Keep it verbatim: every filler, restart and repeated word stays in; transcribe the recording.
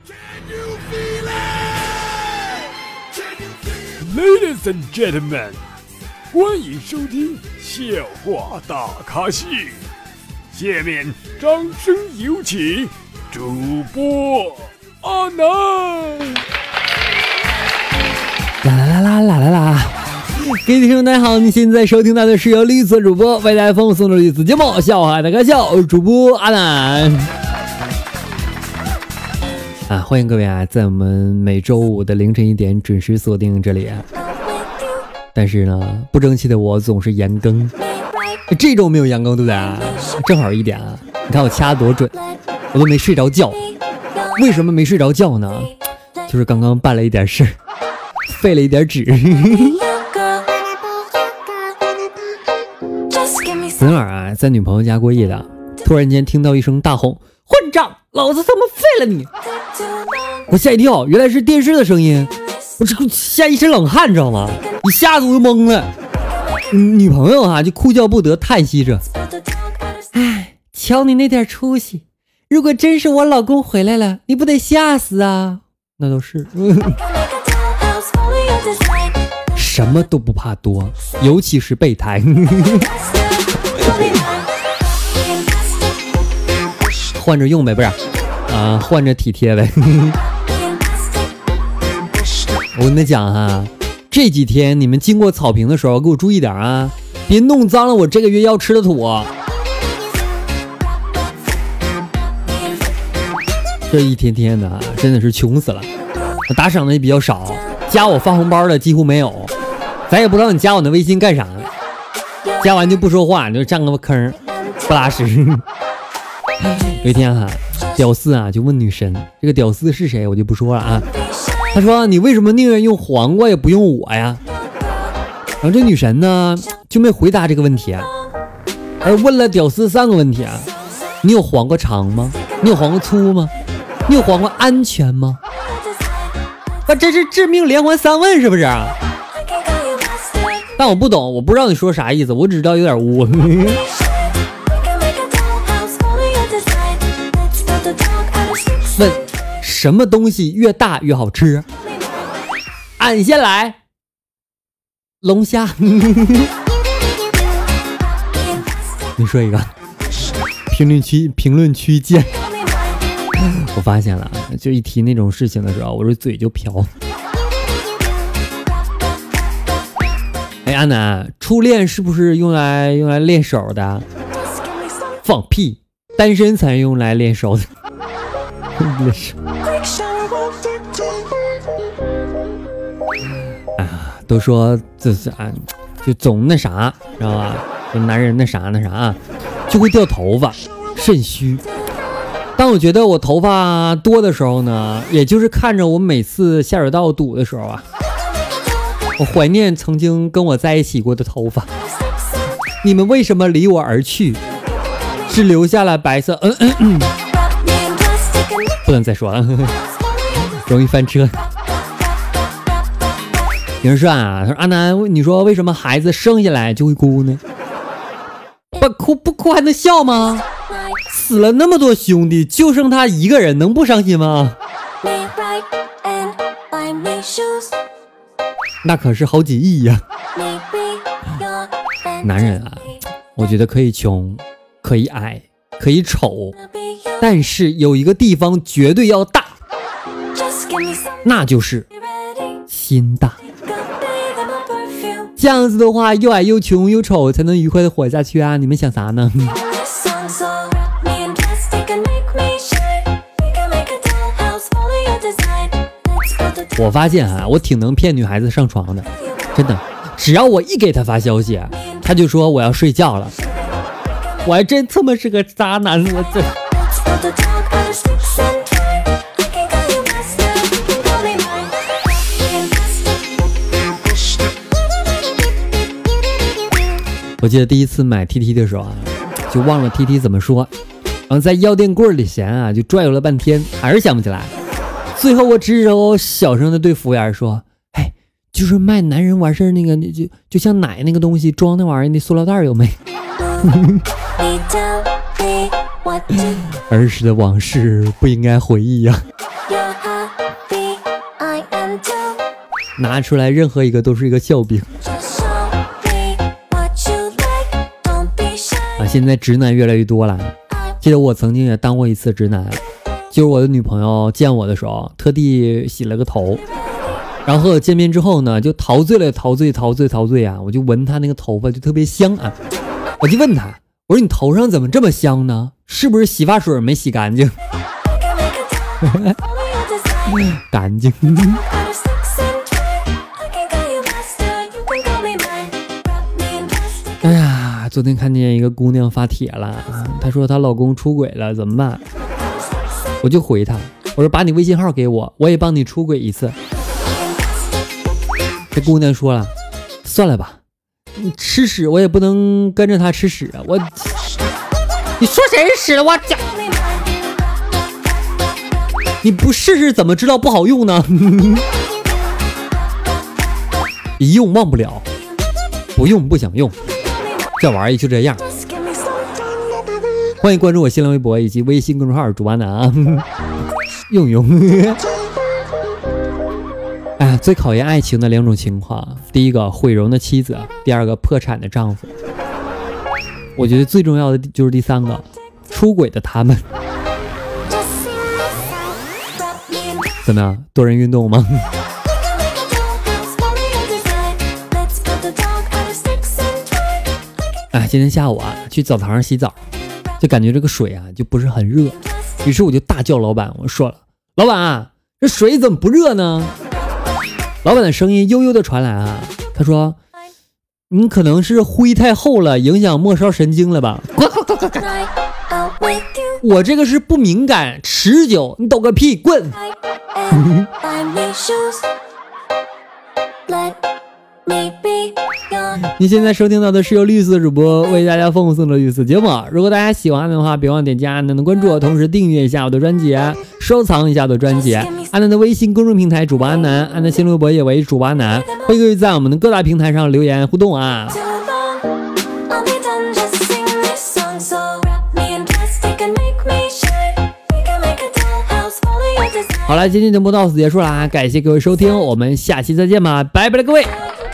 Ladies and gentlemen， 欢迎收听笑话大咖秀。下面掌声有请主播阿南。 啦啦啦啦啦啦！各位听众大家好，你现在收听到的是由绿色主播为大家奉送的绿色节目《笑话大咖秀》，主播阿南。啊，欢迎各位啊，在我们每周五的凌晨一点准时锁定这里。但是呢，不争气的我总是延更，这周没有延更，对不对？正好一点啊！你看我掐得多准，我都没睡着觉。为什么没睡着觉呢？就是刚刚办了一点事，废了一点纸。昨晚啊，在女朋友家过夜的，突然间听到一声大吼：“混账！老子他妈废了你！”我吓一跳，原来是电视的声音，我这吓一身冷汗，你知道吗？一下子我就懵了。女朋友啊，就哭叫不得，叹息着：“哎，瞧你那点出息！如果真是我老公回来了，你不得吓死啊？”那都是，什么都不怕多，尤其是备胎。换着用呗，不是啊，换着体贴呗。我跟你们讲哈，这几天你们经过草坪的时候，给我注意点啊，别弄脏了我这个月要吃的土。这一天天的真的是穷死了，打赏的也比较少，加我发红包的几乎没有，咱也不知道你加我的微信干啥，加完就不说话，你就占个坑，不拉屎。有一天哈、啊，屌丝啊就问女神，这个屌丝是谁我就不说了啊。他说：“你为什么宁愿用黄瓜也不用我呀？”然后这女神呢就没回答这个问题啊，而问了屌丝三个问题啊：你有黄瓜长吗？你有黄瓜粗吗？你有黄瓜安全吗？啊，这是致命连环三问是不是？但我不懂，我不知道你说啥意思，我只知道有点污。问什么东西越大越好吃？按下来，龙虾。你说一个，评论区评论区见。我发现了，就一提那种事情的时候，我这嘴就瓢。哎，阿南，初恋是不是用来用来练手的？放屁，单身才用来练手的。练手。啊，都说这是啊，就总那啥，知道吧？就男人那啥那啥，就会掉头发，肾虚。当我觉得我头发多的时候呢，也就是看着我每次下水道堵的时候啊，我怀念曾经跟我在一起过的头发。你们为什么离我而去？只留下了白色。嗯嗯嗯，不能再说了，容易翻车。有人说啊，他说阿南，你说为什么孩子生下来就会哭呢？不哭不哭还能笑吗？死了那么多兄弟，就剩他一个人，能不伤心吗？那可是好几亿呀！男人啊，我觉得可以穷，可以矮，可以丑，但是有一个地方绝对要大，那就是心大。这样子的话，又矮又穷又丑，才能愉快的活下去啊！你们想啥呢？我发现啊，我挺能骗女孩子上床的，真的。只要我一给她发消息，她就说我要睡觉了。我还真他妈是个渣男，我这。我记得第一次买 T T 的时候啊，就忘了 T T 怎么说，然后在药店柜里闲啊，就转悠了半天，还是想不起来。最后我只有小声的对服务员说：“哎，就是卖男人完事儿那个，就就像奶那个东西装那玩意儿，那塑料袋有没？”儿时的往事不应该回忆呀、啊。 拿出来任何一个都是一个笑柄啊！现在直男越来越多了。记得我曾经也当过一次直男，就是我的女朋友见我的时候，特地洗了个头，然后和我见面之后呢，就陶醉了，陶醉，陶醉，陶醉啊！我就闻她那个头发就特别香啊，我就问她，我说你头上怎么这么香呢？是不是洗发水没洗干净？干净。哎呀，昨天看见一个姑娘发帖了，她说她老公出轨了，怎么办？我就回她，我说把你微信号给我，我也帮你出轨一次。这姑娘说了，算了吧，你吃屎我也不能跟着他吃屎啊！我，你说谁是屎了？我讲，你不试试怎么知道不好用呢？一用忘不了，不用不想用。这玩意儿就这样。欢迎关注我新浪微博以及微信公众号主播男啊，用用。哎呀，最考验爱情的两种情况，第一个毁容的妻子，第二个破产的丈夫。我觉得最重要的就是第三个，出轨的他们。怎么样，多人运动吗？哎，今天下午啊，去澡堂上洗澡，就感觉这个水啊就不是很热，于是我就大叫老板，我说了，老板啊，这水怎么不热呢？老板的声音悠悠的传来啊，他说，你可能是灰太厚了，影响末梢神经了吧？滚滚滚滚滚！我这个是不敏感，持久，你抖个屁，滚！你现在收听到的是由绿色主播为大家奉送的绿色节目。如果大家喜欢的话，别忘点击安南的关注，同时订阅一下我的专辑，收藏一下我的专辑。安南的微信公众平台主播安南，安南新浪微博也为主播安南，欢迎各位在我们的各大平台上留言互动啊。好了，今天节目到此结束啦，感谢各位收听，我们下期再见吧，拜拜了各位。